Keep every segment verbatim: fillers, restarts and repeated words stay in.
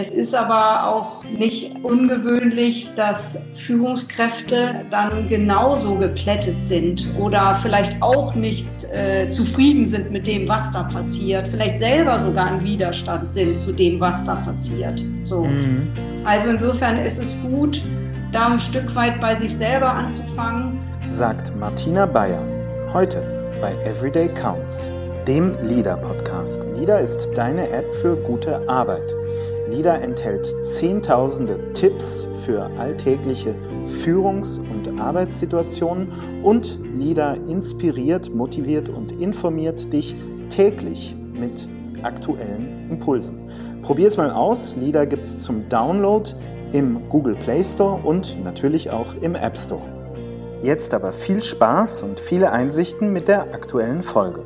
Es ist aber auch nicht ungewöhnlich, dass Führungskräfte dann genauso geplättet sind oder vielleicht auch nicht äh, zufrieden sind mit dem, was da passiert, vielleicht selber sogar im Widerstand sind zu dem, was da passiert. So. Mhm. Also insofern ist es gut, da ein Stück weit bei sich selber anzufangen. Sagt Martina Bayer, heute bei Everyday Counts, dem LEADER-Podcast. LEADER ist deine App für gute Arbeit. LEADER enthält zehntausende Tipps für alltägliche Führungs- und Arbeitssituationen und LEADER inspiriert, motiviert und informiert dich täglich mit aktuellen Impulsen. Probier es mal aus. LEADER gibt es zum Download im Google Play Store und natürlich auch im App Store. Jetzt aber viel Spaß und viele Einsichten mit der aktuellen Folge.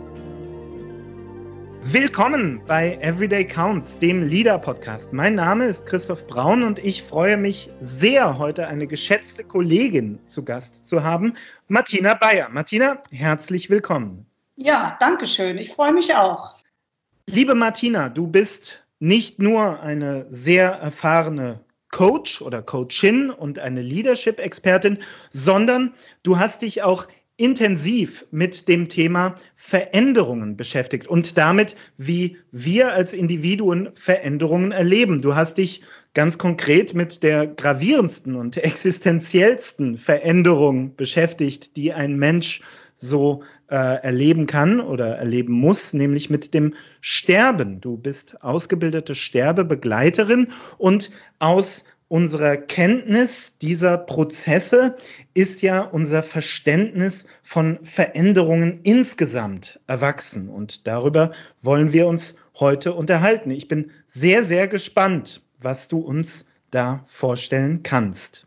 Willkommen bei Everyday Counts, dem LEADER-Podcast. Mein Name ist Christoph Braun und ich freue mich sehr, heute eine geschätzte Kollegin zu Gast zu haben, Martina Bayer. Martina, herzlich willkommen. Ja, danke schön. Ich freue mich auch. Liebe Martina, du bist nicht nur eine sehr erfahrene Coach oder Coachin und eine Leadership-Expertin, sondern du hast dich auch intensiv mit dem Thema Veränderungen beschäftigt und damit, wie wir als Individuen Veränderungen erleben. Du hast dich ganz konkret mit der gravierendsten und existenziellsten Veränderung beschäftigt, die ein Mensch so äh, erleben kann oder erleben muss, nämlich mit dem Sterben. Du bist ausgebildete Sterbebegleiterin und aus unserer Kenntnis dieser Prozesse ist ja unser Verständnis von Veränderungen insgesamt erwachsen. Und darüber wollen wir uns heute unterhalten. Ich bin sehr, sehr gespannt, was du uns da vorstellen kannst.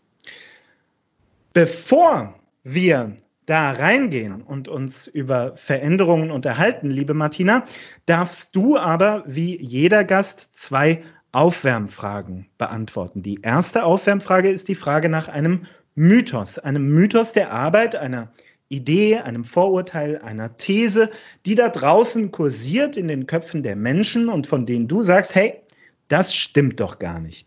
Bevor wir da reingehen und uns über Veränderungen unterhalten, liebe Martina, darfst du aber wie jeder Gast zwei Aufwärmfragen beantworten. Die erste Aufwärmfrage ist die Frage nach einem Mythos, einem Mythos der Arbeit, einer Idee, einem Vorurteil, einer These, die da draußen kursiert in den Köpfen der Menschen und von denen du sagst, hey, das stimmt doch gar nicht.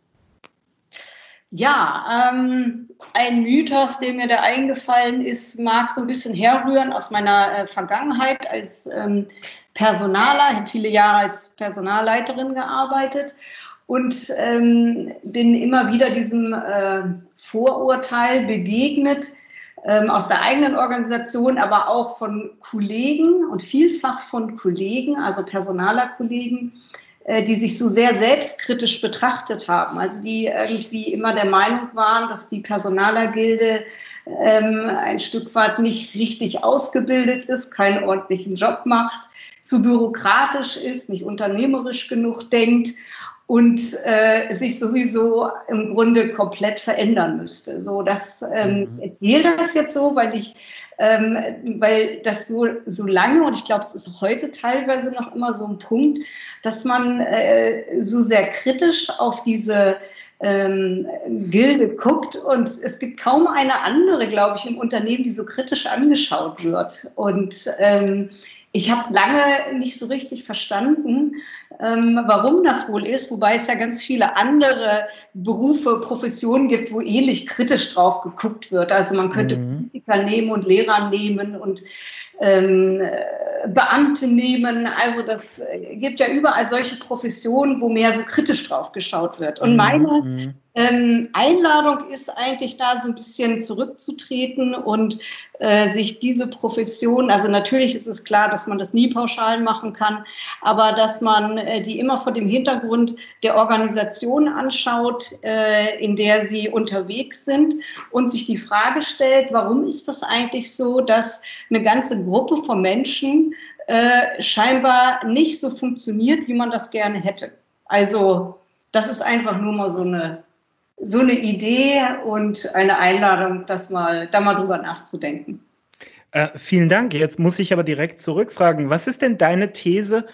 Ja, ähm, ein Mythos, der mir da eingefallen ist, mag so ein bisschen herrühren aus meiner äh, Vergangenheit als ähm, Personaler. Ich habe viele Jahre als Personalleiterin gearbeitet und ähm, bin immer wieder diesem äh, Vorurteil begegnet, ähm, aus der eigenen Organisation, aber auch von Kollegen und vielfach von Kollegen, also Personalerkollegen, die sich so sehr selbstkritisch betrachtet haben, also die irgendwie immer der Meinung waren, dass die Personalergilde ähm, ein Stück weit nicht richtig ausgebildet ist, keinen ordentlichen Job macht, zu bürokratisch ist, nicht unternehmerisch genug denkt und äh, sich sowieso im Grunde komplett verändern müsste. So, das ähm, mhm. erzähle das jetzt so, weil ich Ähm, weil das so, so lange, und ich glaube, es ist heute teilweise noch immer so ein Punkt, dass man äh, so sehr kritisch auf diese ähm, Gilde guckt und es gibt kaum eine andere, glaube ich, im Unternehmen, die so kritisch angeschaut wird. Und ähm, ich habe lange nicht so richtig verstanden, ähm, warum das wohl ist, wobei es ja ganz viele andere Berufe, Professionen gibt, wo ähnlich kritisch drauf geguckt wird. Also man könnte mhm. Politiker nehmen und Lehrer nehmen und ähm, Beamte nehmen. Also das gibt ja überall solche Professionen, wo mehr so kritisch drauf geschaut wird. Und meine mhm. ähm, Einladung ist eigentlich da so ein bisschen zurückzutreten und äh, sich diese Profession, also natürlich ist es klar, dass man das nie pauschal machen kann, aber dass man äh, die immer vor dem Hintergrund der Organisation anschaut, äh, in der sie unterwegs sind und sich die Frage stellt, warum ist das eigentlich so, dass eine ganze Gruppe von Menschen äh, scheinbar nicht so funktioniert, wie man das gerne hätte. Also das ist einfach nur mal so eine so eine Idee und eine Einladung, das mal, da mal drüber nachzudenken. Äh, vielen Dank. Jetzt muss ich aber direkt zurückfragen. Was ist denn deine These,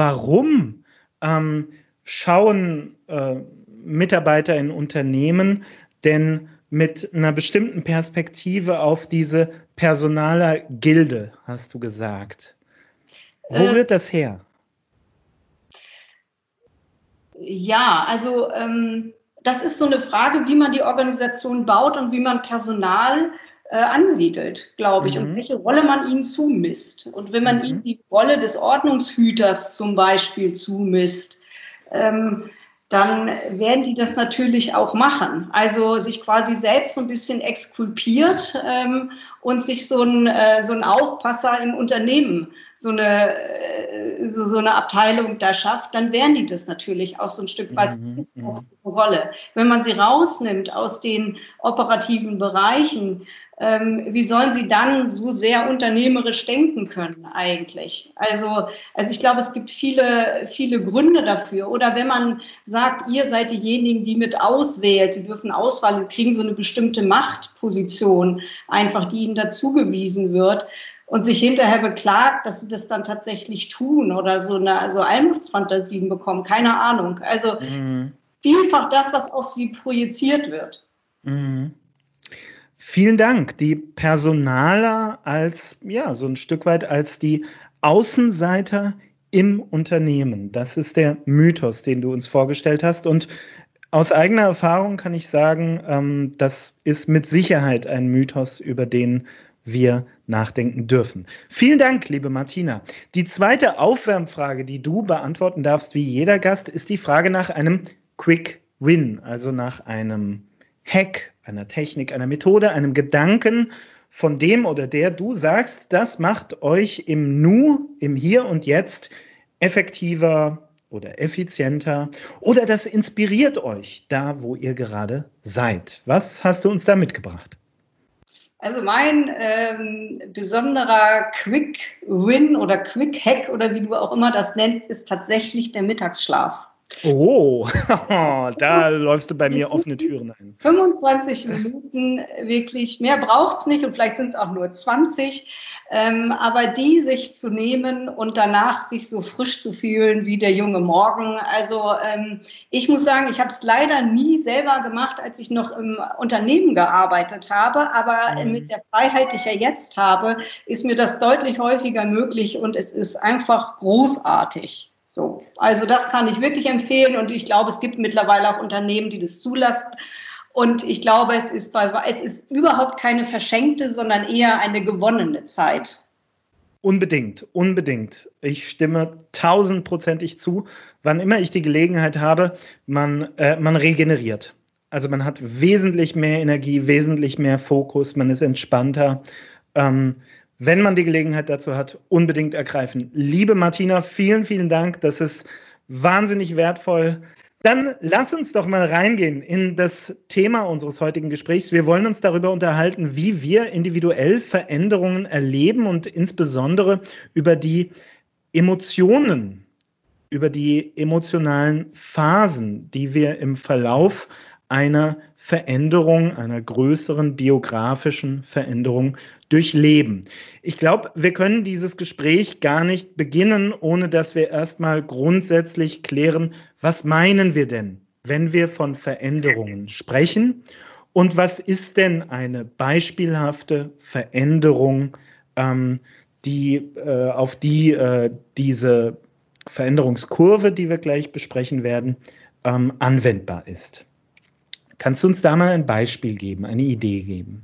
warum ähm, schauen äh, Mitarbeiter in Unternehmen denn mit einer bestimmten Perspektive auf diese Personalergilde, hast du gesagt? Wo äh, rührt das her? Ja, also ähm, das ist so eine Frage, wie man die Organisation baut und wie man Personal äh, ansiedelt, glaube ich, und Mhm. welche Rolle man ihnen zumisst. Und wenn man Mhm. ihnen die Rolle des Ordnungshüters zum Beispiel zumisst, ähm, dann werden die das natürlich auch machen. Also sich quasi selbst so ein bisschen exkulpiert ähm, und sich so ein, äh, so ein Aufpasser im Unternehmen, so eine, äh, so, so eine Abteilung da schafft, dann werden die das natürlich auch so ein Stück weit. Das Mhm. ist auch Mhm. eine Rolle. Wenn man sie rausnimmt aus den operativen Bereichen, ähm, wie sollen sie dann so sehr unternehmerisch denken können eigentlich? Also, also ich glaube, es gibt viele, viele Gründe dafür. Oder wenn man sagt, ihr seid diejenigen, die mit auswählt, sie dürfen Auswahl, sie kriegen so eine bestimmte Machtposition, einfach die ihnen dazugewiesen wird und sich hinterher beklagt, dass sie das dann tatsächlich tun oder so eine so Allmachtsfantasien bekommen, keine Ahnung. Also Mhm. vielfach das, was auf sie projiziert wird. Mhm. Vielen Dank. Die Personaler als, ja, so ein Stück weit als die Außenseiter im Unternehmen. Das ist der Mythos, den du uns vorgestellt hast. Und aus eigener Erfahrung kann ich sagen, ähm, das ist mit Sicherheit ein Mythos, über den wir nachdenken dürfen. Vielen Dank, liebe Martina. Die zweite Aufwärmfrage, die du beantworten darfst, wie jeder Gast, ist die Frage nach einem Quick Win, also nach einem Hack, einer Technik, einer Methode, einem Gedanken, von dem oder der du sagst, das macht euch im Nu, im Hier und Jetzt effektiver oder effizienter oder das inspiriert euch da, wo ihr gerade seid. Was hast du uns da mitgebracht? Also mein ähm, besonderer Quick Win oder Quick Hack oder wie du auch immer das nennst, ist tatsächlich der Mittagsschlaf. Oh, da läufst du bei mir offene Türen ein. fünfundzwanzig Minuten wirklich, mehr braucht es nicht und vielleicht sind es auch nur zwanzig, ähm, aber die sich zu nehmen und danach sich so frisch zu fühlen wie der junge Morgen. Also ähm, ich muss sagen, ich habe es leider nie selber gemacht, als ich noch im Unternehmen gearbeitet habe, aber Mhm. mit der Freiheit, die ich ja jetzt habe, ist mir das deutlich häufiger möglich und es ist einfach großartig. So, also das kann ich wirklich empfehlen und ich glaube, es gibt mittlerweile auch Unternehmen, die das zulassen. Und ich glaube, es ist, bei, es ist überhaupt keine verschenkte, sondern eher eine gewonnene Zeit. Unbedingt, unbedingt. Ich stimme tausendprozentig zu. Wann immer ich die Gelegenheit habe, man, äh, man regeneriert. Also man hat wesentlich mehr Energie, wesentlich mehr Fokus, man ist entspannter. Ähm, wenn man die Gelegenheit dazu hat, unbedingt ergreifen. Liebe Martina, vielen, vielen Dank. Das ist wahnsinnig wertvoll. Dann lass uns doch mal reingehen in das Thema unseres heutigen Gesprächs. Wir wollen uns darüber unterhalten, wie wir individuell Veränderungen erleben und insbesondere über die Emotionen, über die emotionalen Phasen, die wir im Verlauf einer Veränderung, einer größeren biografischen Veränderung durchleben. Ich glaube, wir können dieses Gespräch gar nicht beginnen, ohne dass wir erstmal grundsätzlich klären, was meinen wir denn, wenn wir von Veränderungen sprechen und was ist denn eine beispielhafte Veränderung, ähm, die, äh, auf die äh, diese Veränderungskurve, die wir gleich besprechen werden, ähm, anwendbar ist. Kannst du uns da mal ein Beispiel geben, eine Idee geben?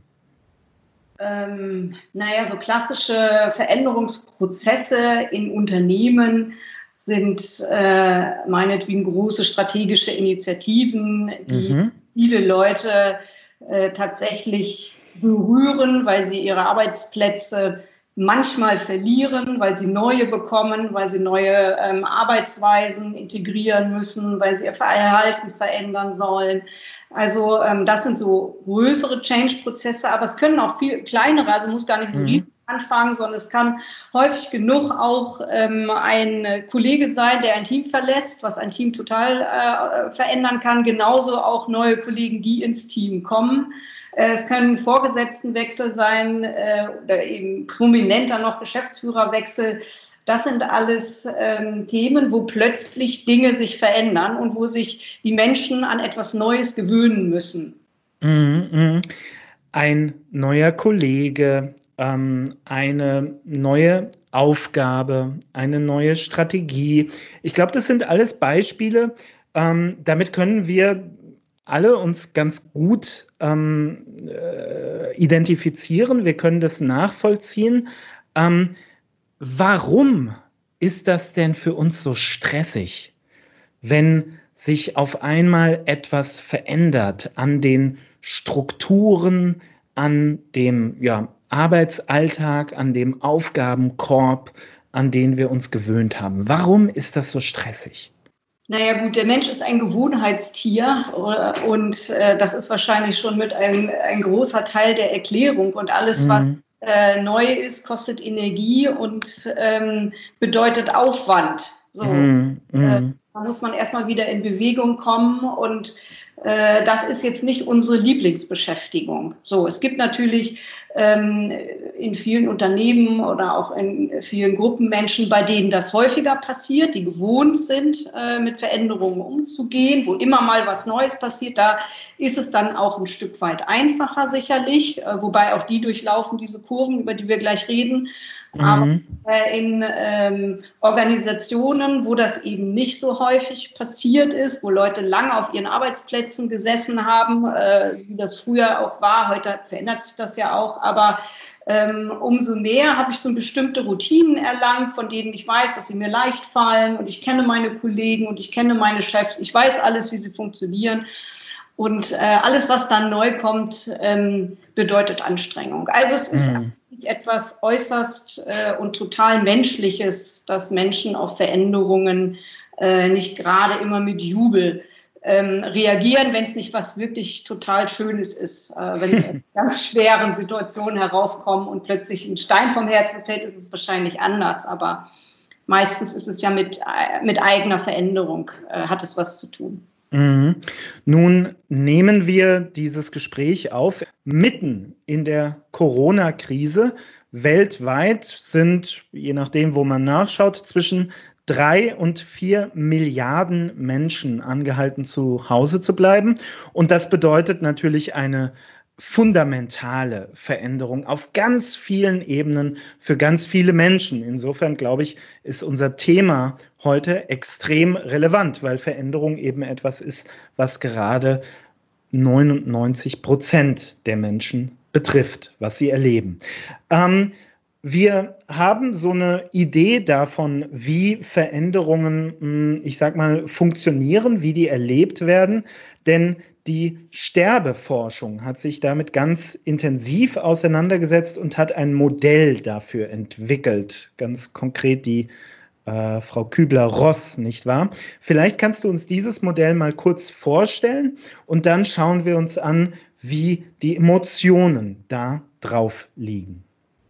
Ähm, naja, so klassische Veränderungsprozesse in Unternehmen sind äh, meinetwegen große strategische Initiativen, die mhm. viele Leute äh, tatsächlich berühren, weil sie ihre Arbeitsplätze manchmal verlieren, weil sie neue bekommen, weil sie neue ähm, Arbeitsweisen integrieren müssen, weil sie ihr Verhalten verändern sollen. Also ähm, das sind so größere Change-Prozesse, aber es können auch viel kleinere, also muss gar nicht so mhm. riesig anfangen, sondern es kann häufig genug auch ähm, ein Kollege sein, der ein Team verlässt, was ein Team total äh, verändern kann. Genauso auch neue Kollegen, die ins Team kommen. Es können Vorgesetztenwechsel sein äh, oder eben prominenter noch Geschäftsführerwechsel. Das sind alles ähm, Themen, wo plötzlich Dinge sich verändern und wo sich die Menschen an etwas Neues gewöhnen müssen. Mm-hmm. Ein neuer Kollege, ähm, eine neue Aufgabe, eine neue Strategie. Ich glaube, das sind alles Beispiele, ähm, damit können wir alle uns ganz gut ähm, äh, identifizieren. Wir können das nachvollziehen. Ähm, warum ist das denn für uns so stressig, wenn sich auf einmal etwas verändert an den Strukturen, an dem ja, Arbeitsalltag, an dem Aufgabenkorb, an den wir uns gewöhnt haben? Warum ist das so stressig? Naja gut, der Mensch ist ein Gewohnheitstier und äh, das ist wahrscheinlich schon mit ein, ein großer Teil der Erklärung. Und alles, was mhm. äh, neu ist, kostet Energie und ähm, bedeutet Aufwand. So, mhm. äh, da muss man erstmal wieder in Bewegung kommen und äh, das ist jetzt nicht unsere Lieblingsbeschäftigung. So, es gibt natürlich ähm, in vielen Unternehmen oder auch in vielen Gruppen Menschen, bei denen das häufiger passiert, die gewohnt sind, äh, mit Veränderungen umzugehen, wo immer mal was Neues passiert. Da ist es dann auch ein Stück weit einfacher sicherlich, äh, wobei auch die durchlaufen diese Kurven, über die wir gleich reden. Aber mhm. äh, in ähm, Organisationen, wo das eben nicht so häufig passiert ist, wo Leute lange auf ihren Arbeitsplätzen gesessen haben, äh, wie das früher auch war, heute verändert sich das ja auch, aber ähm, umso mehr habe ich so bestimmte Routinen erlangt, von denen ich weiß, dass sie mir leicht fallen und ich kenne meine Kollegen und ich kenne meine Chefs, ich weiß alles, wie sie funktionieren. Und äh, alles, was dann neu kommt, ähm, bedeutet Anstrengung. Also es ist mhm. etwas äußerst äh, und total Menschliches, dass Menschen auf Veränderungen äh, nicht gerade immer mit Jubel ähm, reagieren, wenn es nicht was wirklich total Schönes ist. Äh, wenn sie in ganz schweren Situationen herauskommen und plötzlich ein Stein vom Herzen fällt, ist es wahrscheinlich anders. Aber meistens ist es ja mit, mit eigener Veränderung, äh, hat es was zu tun. Mhm. Nun nehmen wir dieses Gespräch auf mitten in der Corona-Krise. Weltweit sind, je nachdem, wo man nachschaut, zwischen drei und vier Milliarden Menschen angehalten, zu Hause zu bleiben. Und das bedeutet natürlich eine fundamentale Veränderung auf ganz vielen Ebenen für ganz viele Menschen. Insofern, glaube ich, ist unser Thema heute extrem relevant, weil Veränderung eben etwas ist, was gerade neunundneunzig Prozent der Menschen betrifft, was sie erleben. Ähm, Wir haben so eine Idee davon, wie Veränderungen, ich sag mal, funktionieren, wie die erlebt werden. Denn die Sterbeforschung hat sich damit ganz intensiv auseinandergesetzt und hat ein Modell dafür entwickelt. Ganz konkret die äh, Frau Kübler-Ross, nicht wahr? Vielleicht kannst du uns dieses Modell mal kurz vorstellen und dann schauen wir uns an, wie die Emotionen da drauf liegen.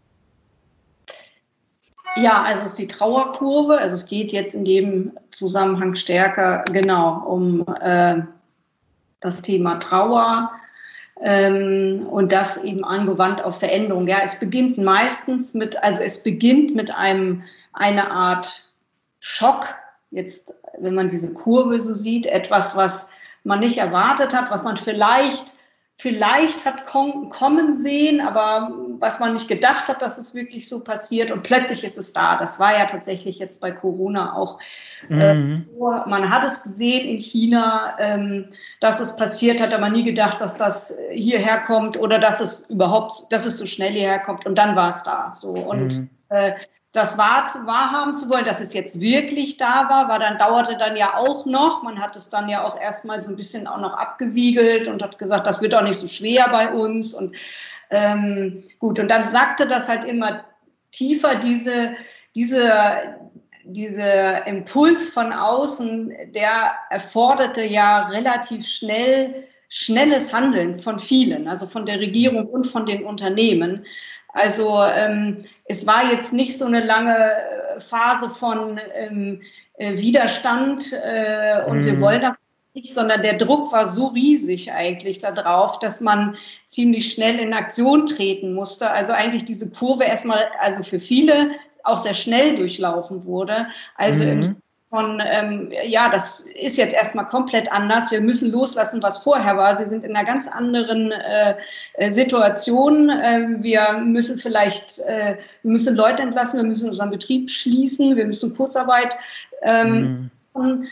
Ja, also es ist die Trauerkurve. Also es geht jetzt in dem Zusammenhang stärker genau um äh, das Thema Trauer ähm, und das eben angewandt auf Veränderung. Ja, es beginnt meistens mit, also es beginnt mit einem eine Art Schock. Jetzt, wenn man diese Kurve so sieht, etwas, was man nicht erwartet hat, was man vielleicht Vielleicht hat kommen sehen, aber was man nicht gedacht hat, dass es wirklich so passiert und plötzlich ist es da. Das war ja tatsächlich jetzt bei Corona auch. Mhm. Äh, man hat es gesehen in China, ähm, dass es passiert hat, aber nie gedacht, dass das hierher kommt oder dass es überhaupt, dass es so schnell hierher kommt und dann war es da. So und mhm. äh, das wahr zu, wahrhaben zu wollen, dass es jetzt wirklich da war, war dann, dauerte dann ja auch noch. Man hat es dann ja auch erstmal so ein bisschen auch noch abgewiegelt und hat gesagt, das wird auch nicht so schwer bei uns. Und ähm, gut, und dann sackte das halt immer tiefer, diese, diese, dieser Impuls von außen, der erforderte ja relativ schnell, schnelles Handeln von vielen, also von der Regierung und von den Unternehmen. Also ähm, es war jetzt nicht so eine lange Phase von ähm, äh, Widerstand äh, und mm. wir wollen das nicht, sondern der Druck war so riesig eigentlich darauf, dass man ziemlich schnell in Aktion treten musste. Also eigentlich diese Kurve erstmal, also für viele auch sehr schnell durchlaufen wurde. Also mm. im von, ähm, ja, das ist jetzt erstmal komplett anders. Wir müssen loslassen, was vorher war. Wir sind in einer ganz anderen äh, Situation. Äh, wir müssen vielleicht, äh, wir müssen Leute entlassen, wir müssen unseren Betrieb schließen, wir müssen Kurzarbeit ähm, mhm. machen.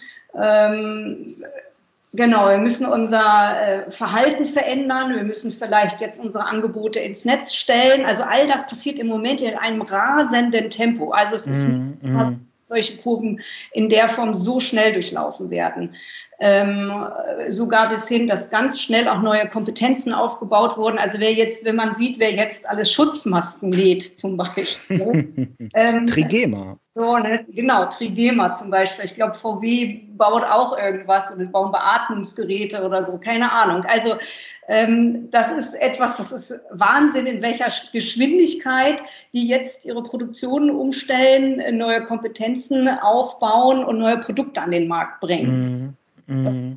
Ähm, genau, wir müssen unser äh, Verhalten verändern. Wir müssen vielleicht jetzt unsere Angebote ins Netz stellen. Also all das passiert im Moment in einem rasenden Tempo. Also es ist Mm, nicht, dass mm. solche Kurven in der Form so schnell durchlaufen werden. Ähm, sogar bis hin, dass ganz schnell auch neue Kompetenzen aufgebaut wurden. Also wer jetzt, wenn man sieht, wer jetzt alles Schutzmasken näht zum Beispiel. ähm, Trigema. So, ne? Genau, Trigema zum Beispiel. Ich glaube, V W baut auch irgendwas oder bauen Beatmungsgeräte oder so, keine Ahnung. Also ähm, das ist etwas, das ist Wahnsinn, in welcher Geschwindigkeit die jetzt ihre Produktionen umstellen, neue Kompetenzen aufbauen und neue Produkte an den Markt bringen. Mm, mm.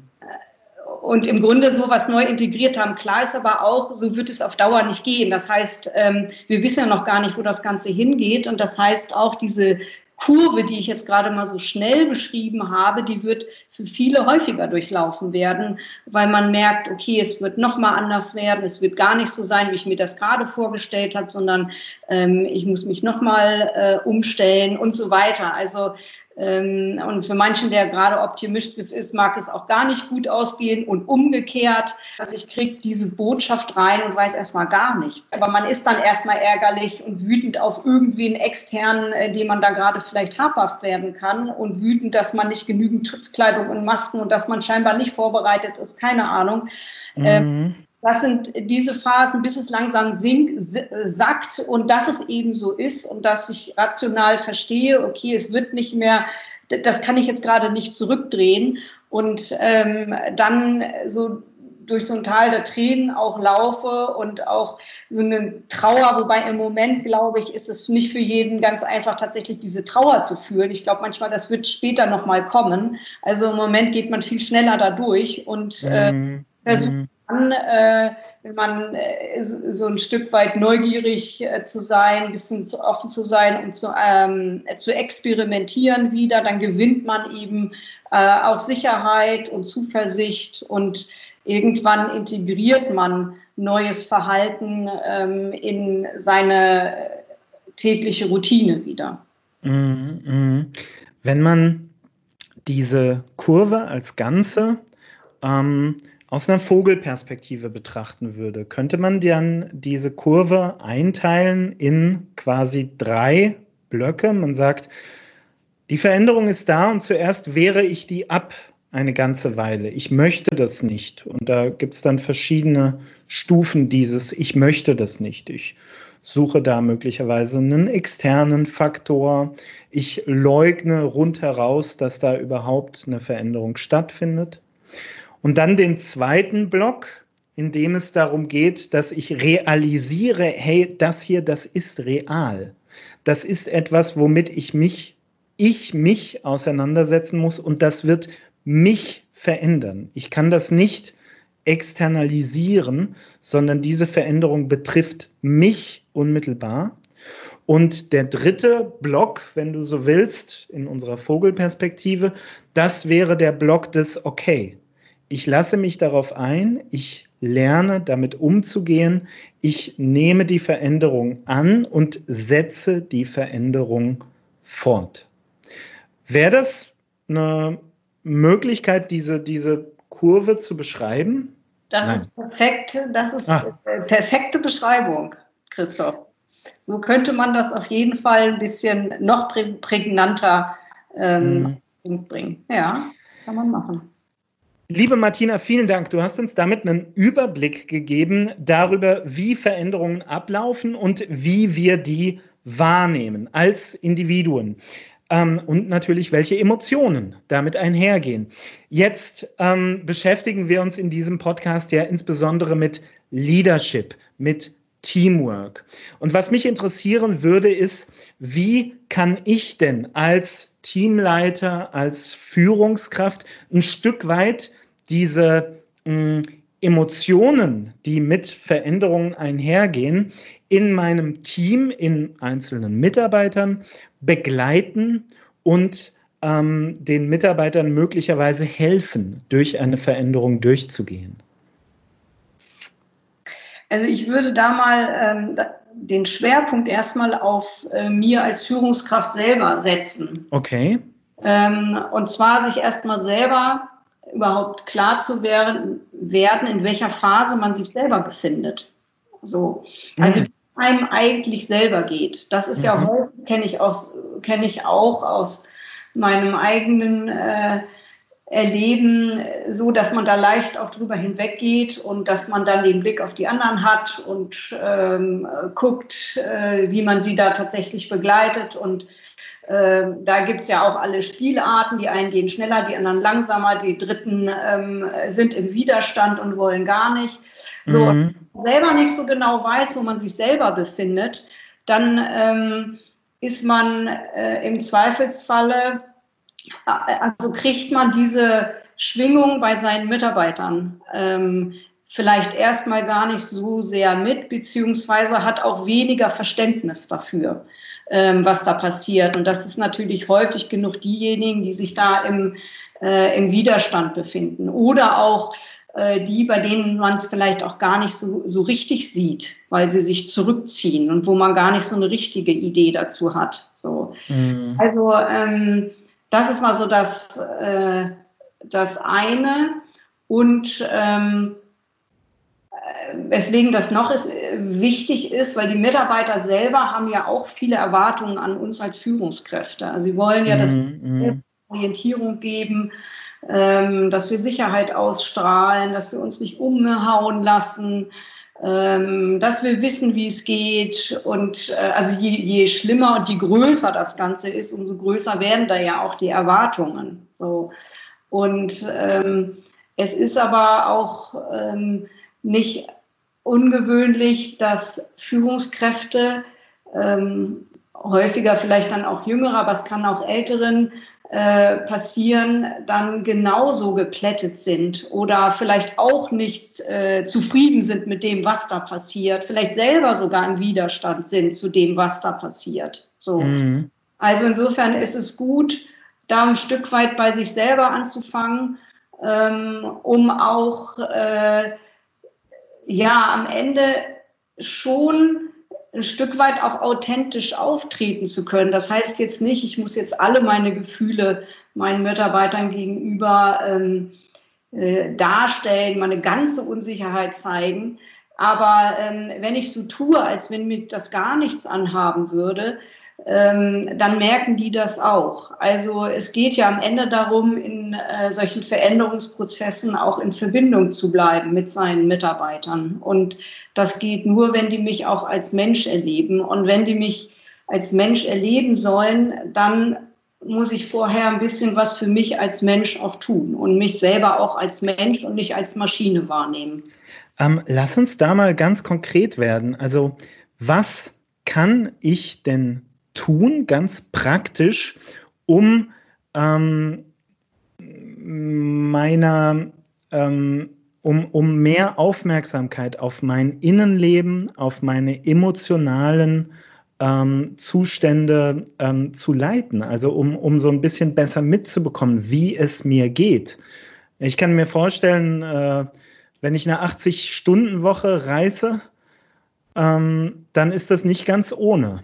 Und im Grunde so was neu integriert haben. Klar ist aber auch, so wird es auf Dauer nicht gehen. Das heißt, ähm, wir wissen ja noch gar nicht, wo das Ganze hingeht. Und das heißt auch, diese Kurve, die ich jetzt gerade mal so schnell beschrieben habe, die wird für viele häufiger durchlaufen werden, weil man merkt, okay, es wird noch mal anders werden, es wird gar nicht so sein, wie ich mir das gerade vorgestellt habe, sondern ähm, ich muss mich noch mal äh, umstellen und so weiter. Also ähm, und für manchen, der gerade optimistisch ist, mag es auch gar nicht gut ausgehen und umgekehrt. Also ich kriege diese Botschaft rein und weiß erstmal gar nichts. Aber man ist dann erstmal ärgerlich und wütend auf irgendwen externen, äh, dem man da gerade vielleicht habhaft werden kann und wütend, dass man nicht genügend Schutzkleidung und Masken und dass man scheinbar nicht vorbereitet ist, keine Ahnung. Mhm. Ähm, Das sind diese Phasen, bis es langsam sink, sackt und dass es eben so ist und dass ich rational verstehe, okay, es wird nicht mehr, das kann ich jetzt gerade nicht zurückdrehen und ähm, dann so durch so ein Tal der Tränen auch laufe und auch so eine Trauer, wobei im Moment, glaube ich, ist es nicht für jeden ganz einfach, tatsächlich diese Trauer zu fühlen. Ich glaube manchmal, das wird später nochmal kommen. Also im Moment geht man viel schneller da durch und äh, Mm, versucht mm. an, äh, wenn man äh, so, so ein Stück weit neugierig äh, zu sein, ein bisschen zu offen zu sein und zu, ähm, äh, zu experimentieren wieder, dann gewinnt man eben äh, auch Sicherheit und Zuversicht und irgendwann integriert man neues Verhalten ähm, in seine tägliche Routine wieder. Mm, mm. Wenn man diese Kurve als Ganze ähm, aus einer Vogelperspektive betrachten würde, könnte man dann diese Kurve einteilen in quasi drei Blöcke. Man sagt, die Veränderung ist da und zuerst wehre ich die ab eine ganze Weile. Ich möchte das nicht. Und da gibt es dann verschiedene Stufen dieses Ich möchte das nicht. Ich suche da möglicherweise einen externen Faktor. Ich leugne rundheraus, dass da überhaupt eine Veränderung stattfindet. Und dann den zweiten Block, in dem es darum geht, dass ich realisiere, hey, das hier, das ist real. Das ist etwas, womit ich mich, ich mich auseinandersetzen muss und das wird mich verändern. Ich kann das nicht externalisieren, sondern diese Veränderung betrifft mich unmittelbar. Und der dritte Block, wenn du so willst, in unserer Vogelperspektive, das wäre der Block des Okay. Ich lasse mich darauf ein, ich lerne damit umzugehen, ich nehme die Veränderung an und setze die Veränderung fort. Wäre das eine Möglichkeit, diese, diese Kurve zu beschreiben? Das Nein. ist perfekt, das ist Ah. perfekte Beschreibung, Christoph. So könnte man das auf jeden Fall ein bisschen noch prägnanter ähm, Mhm. bringen. Ja, kann man machen. Liebe Martina, vielen Dank. Du hast uns damit einen Überblick gegeben darüber, wie Veränderungen ablaufen und wie wir die wahrnehmen als Individuen. Ähm, und natürlich, welche Emotionen damit einhergehen. Jetzt ähm, beschäftigen wir uns in diesem Podcast ja insbesondere mit Leadership, mit Teamwork. Und was mich interessieren würde, ist, wie kann ich denn als Teamleiter, als Führungskraft ein Stück weit diese mh, Emotionen, die mit Veränderungen einhergehen, in meinem Team, in einzelnen Mitarbeitern begleiten und ähm, den Mitarbeitern möglicherweise helfen, durch eine Veränderung durchzugehen? Also ich würde da mal ähm, den Schwerpunkt erstmal auf äh, mir als Führungskraft selber setzen. Okay. Ähm, und zwar sich erstmal selber überhaupt klar zu werden, werden, in welcher Phase man sich selber befindet. So. Also wie es einem eigentlich selber geht. Das ist mhm. ja häufig, kenne ich, kenn ich auch aus meinem eigenen äh, Erleben, so dass man da leicht auch drüber hinweggeht und dass man dann den Blick auf die anderen hat und ähm, guckt, äh, wie man sie da tatsächlich begleitet. Und äh, da gibt's ja auch alle Spielarten. Die einen gehen schneller, die anderen langsamer, die Dritten ähm, sind im Widerstand und wollen gar nicht. So, mhm. wenn man selber nicht so genau weiß, wo man sich selber befindet, dann ähm, ist man äh, im Zweifelsfalle, also kriegt man diese Schwingung bei seinen Mitarbeitern ähm, vielleicht erstmal gar nicht so sehr mit, beziehungsweise hat auch weniger Verständnis dafür, ähm, was da passiert. Und das ist natürlich häufig genug diejenigen, die sich da im, äh, im Widerstand befinden oder auch äh, die, bei denen man es vielleicht auch gar nicht so, so richtig sieht, weil sie sich zurückziehen und wo man gar nicht so eine richtige Idee dazu hat. So. Mhm. Also ähm, das ist mal so das, äh, das eine. Und ähm, weswegen das noch ist, wichtig ist, weil die Mitarbeiter selber haben ja auch viele Erwartungen an uns als Führungskräfte. Also sie wollen ja, dass mm, wir Orientierung geben, ähm, dass wir Sicherheit ausstrahlen, dass wir uns nicht umhauen lassen, Ähm, dass wir wissen, wie es geht. Und äh, also je, je schlimmer und je größer das Ganze ist, umso größer werden da ja auch die Erwartungen. So. Und ähm, es ist aber auch ähm, nicht ungewöhnlich, dass Führungskräfte ähm, häufiger vielleicht dann auch jüngere, aber es kann auch älteren äh, passieren, dann genauso geplättet sind oder vielleicht auch nicht äh, zufrieden sind mit dem, was da passiert, vielleicht selber sogar im Widerstand sind zu dem, was da passiert. So. Mhm. Also insofern ist es gut, da ein Stück weit bei sich selber anzufangen, ähm, um auch äh, ja am Ende schon ein Stück weit auch authentisch auftreten zu können. Das heißt jetzt nicht, ich muss jetzt alle meine Gefühle meinen Mitarbeitern gegenüber ähm, äh, darstellen, meine ganze Unsicherheit zeigen. Aber ähm, wenn ich so tue, als wenn mir das gar nichts anhaben würde, ähm, dann merken die das auch. Also es geht ja am Ende darum, in äh, solchen Veränderungsprozessen auch in Verbindung zu bleiben mit seinen Mitarbeitern. Und das geht nur, wenn die mich auch als Mensch erleben. Und wenn die mich als Mensch erleben sollen, dann muss ich vorher ein bisschen was für mich als Mensch auch tun und mich selber auch als Mensch und nicht als Maschine wahrnehmen. Ähm, lass uns da mal ganz konkret werden. Also was kann ich denn tun, ganz praktisch, um ähm, meiner, ähm, um, um mehr Aufmerksamkeit auf mein Innenleben, auf meine emotionalen ähm, Zustände ähm, zu leiten, also um, um so ein bisschen besser mitzubekommen, wie es mir geht. Ich kann mir vorstellen, äh, wenn ich eine achtzig-Stunden-Woche reiße, ähm, dann ist das nicht ganz ohne.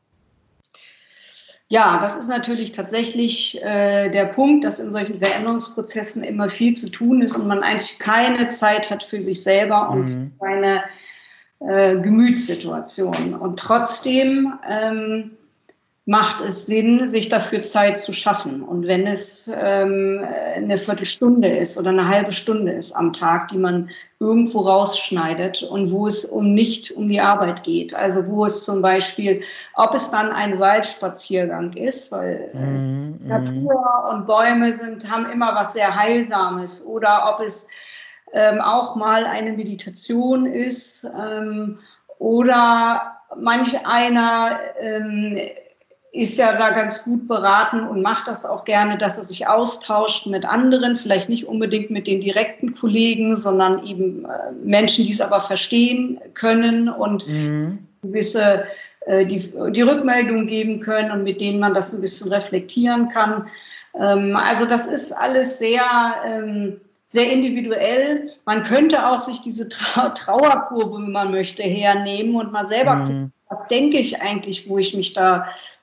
Ja, das ist natürlich tatsächlich äh, der Punkt, dass in solchen Veränderungsprozessen immer viel zu tun ist und man eigentlich keine Zeit hat für sich selber und mhm. für seine äh, Gemütssituation. Und trotzdem ähm, macht es Sinn, sich dafür Zeit zu schaffen. Und wenn es ähm, eine Viertelstunde ist oder eine halbe Stunde ist am Tag, die man irgendwo rausschneidet und wo es um nicht um die Arbeit geht. Also wo es zum Beispiel, ob es dann ein Waldspaziergang ist, weil mm, äh, Natur mm. und Bäume sind, haben immer was sehr Heilsames, oder ob es ähm, auch mal eine Meditation ist ähm, oder manch einer ähm, ist ja da ganz gut beraten und macht das auch gerne, dass er sich austauscht mit anderen, vielleicht nicht unbedingt mit den direkten Kollegen, sondern eben äh, Menschen, die es aber verstehen können und mhm. gewisse äh, die, die Rückmeldung geben können und mit denen man das ein bisschen reflektieren kann. Ähm, also das ist alles sehr, ähm, sehr individuell. Man könnte auch sich diese Trau- Trauerkurve, wenn man möchte, hernehmen und mal selber mhm. gucken, was denke ich eigentlich, wo ich mich da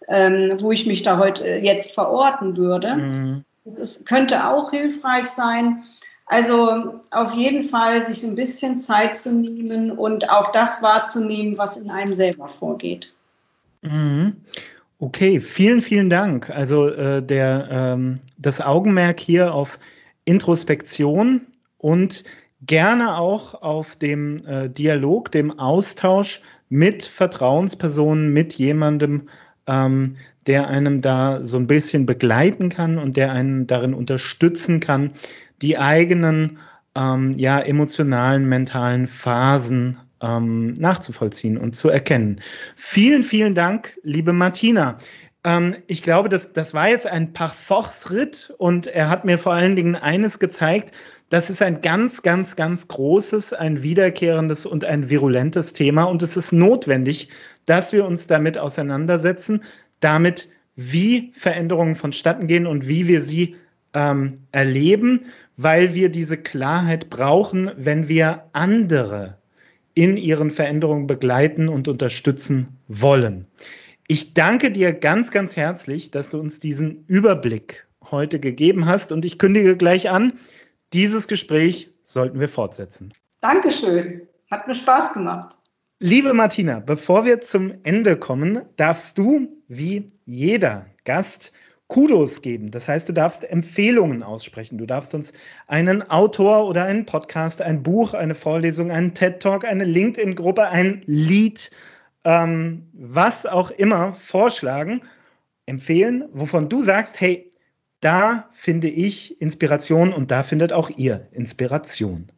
ähm, wo ich mich da heute äh, jetzt verorten würde. Mhm. Das ist, könnte auch hilfreich sein. Also auf jeden Fall sich ein bisschen Zeit zu nehmen und auch das wahrzunehmen, was in einem selber vorgeht. Mhm. Okay, vielen, vielen Dank. Also äh, der, ähm, das Augenmerk hier auf Introspektion und gerne auch auf dem äh, Dialog, dem Austausch mit Vertrauenspersonen, mit jemandem, ähm, der einem da so ein bisschen begleiten kann und der einen darin unterstützen kann, die eigenen ähm, ja, emotionalen, mentalen Phasen ähm, nachzuvollziehen und zu erkennen. Vielen, vielen Dank, liebe Martina. Ähm, ich glaube, das, das war jetzt ein Parforce-Ritt und er hat mir vor allen Dingen eines gezeigt: Das ist ein ganz, ganz, ganz großes, ein wiederkehrendes und ein virulentes Thema und es ist notwendig, dass wir uns damit auseinandersetzen, damit, wie Veränderungen vonstatten gehen und wie wir sie ähm, erleben, weil wir diese Klarheit brauchen, wenn wir andere in ihren Veränderungen begleiten und unterstützen wollen. Ich danke dir ganz, ganz herzlich, dass du uns diesen Überblick heute gegeben hast und ich kündige gleich an, dieses Gespräch sollten wir fortsetzen. Dankeschön, hat mir Spaß gemacht. Liebe Martina, bevor wir zum Ende kommen, darfst du, wie jeder Gast, Kudos geben. Das heißt, du darfst Empfehlungen aussprechen. Du darfst uns einen Autor oder einen Podcast, ein Buch, eine Vorlesung, einen TED-Talk, eine LinkedIn-Gruppe, ein Lied, ähm, was auch immer vorschlagen, empfehlen, wovon du sagst, hey, da finde ich Inspiration und da findet auch ihr Inspiration.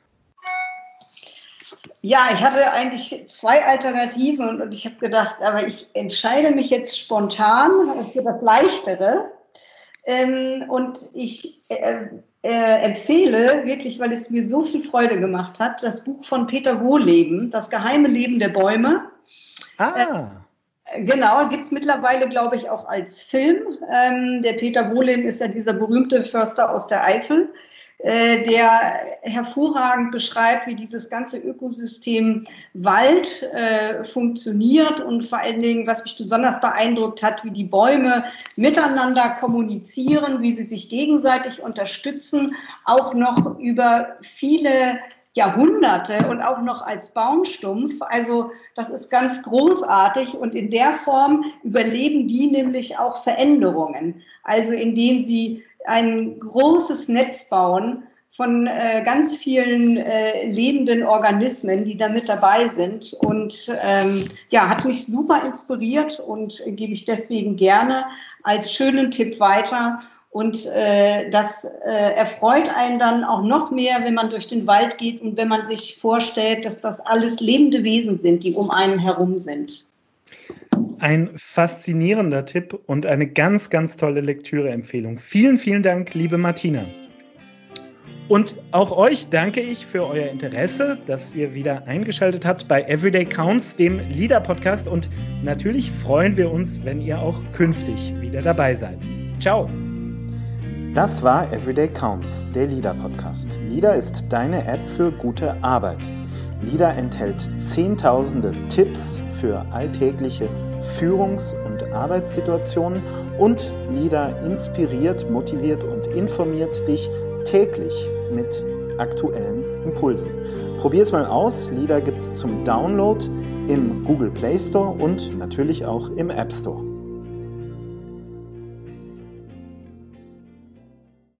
Ja, ich hatte eigentlich zwei Alternativen und, und ich habe gedacht, aber ich entscheide mich jetzt spontan für das Leichtere. Ähm, und ich äh, äh, empfehle wirklich, weil es mir so viel Freude gemacht hat, das Buch von Peter Wohlleben, Das geheime Leben der Bäume. Ah. Äh, genau, gibt es mittlerweile, glaube ich, auch als Film. Ähm, der Peter Wohlleben ist ja dieser berühmte Förster aus der Eifel, der hervorragend beschreibt, wie dieses ganze Ökosystem Wald äh, funktioniert und vor allen Dingen, was mich besonders beeindruckt hat, wie die Bäume miteinander kommunizieren, wie sie sich gegenseitig unterstützen, auch noch über viele Jahrhunderte und auch noch als Baumstumpf. Also das ist ganz großartig und in der Form überleben die nämlich auch Veränderungen. Also indem sie ein großes Netz bauen von äh, ganz vielen äh, lebenden Organismen, die da mit dabei sind. Und ähm, ja, hat mich super inspiriert und äh, gebe ich deswegen gerne als schönen Tipp weiter. Und äh, das äh, erfreut einen dann auch noch mehr, wenn man durch den Wald geht und wenn man sich vorstellt, dass das alles lebende Wesen sind, die um einen herum sind. Ein faszinierender Tipp und eine ganz, ganz tolle Lektüreempfehlung. Vielen, vielen Dank, liebe Martina. Und auch euch danke ich für euer Interesse, dass ihr wieder eingeschaltet habt bei Everyday Counts, dem Leader-Podcast. Und natürlich freuen wir uns, wenn ihr auch künftig wieder dabei seid. Ciao. Das war Everyday Counts, der Leader-Podcast. Leader ist deine App für gute Arbeit. Leader enthält zehntausende Tipps für alltägliche Führungs- und Arbeitssituationen und Leader inspiriert, motiviert und informiert dich täglich mit aktuellen Impulsen. Probier es mal aus. Leader gibt es zum Download im Google Play Store und natürlich auch im App Store.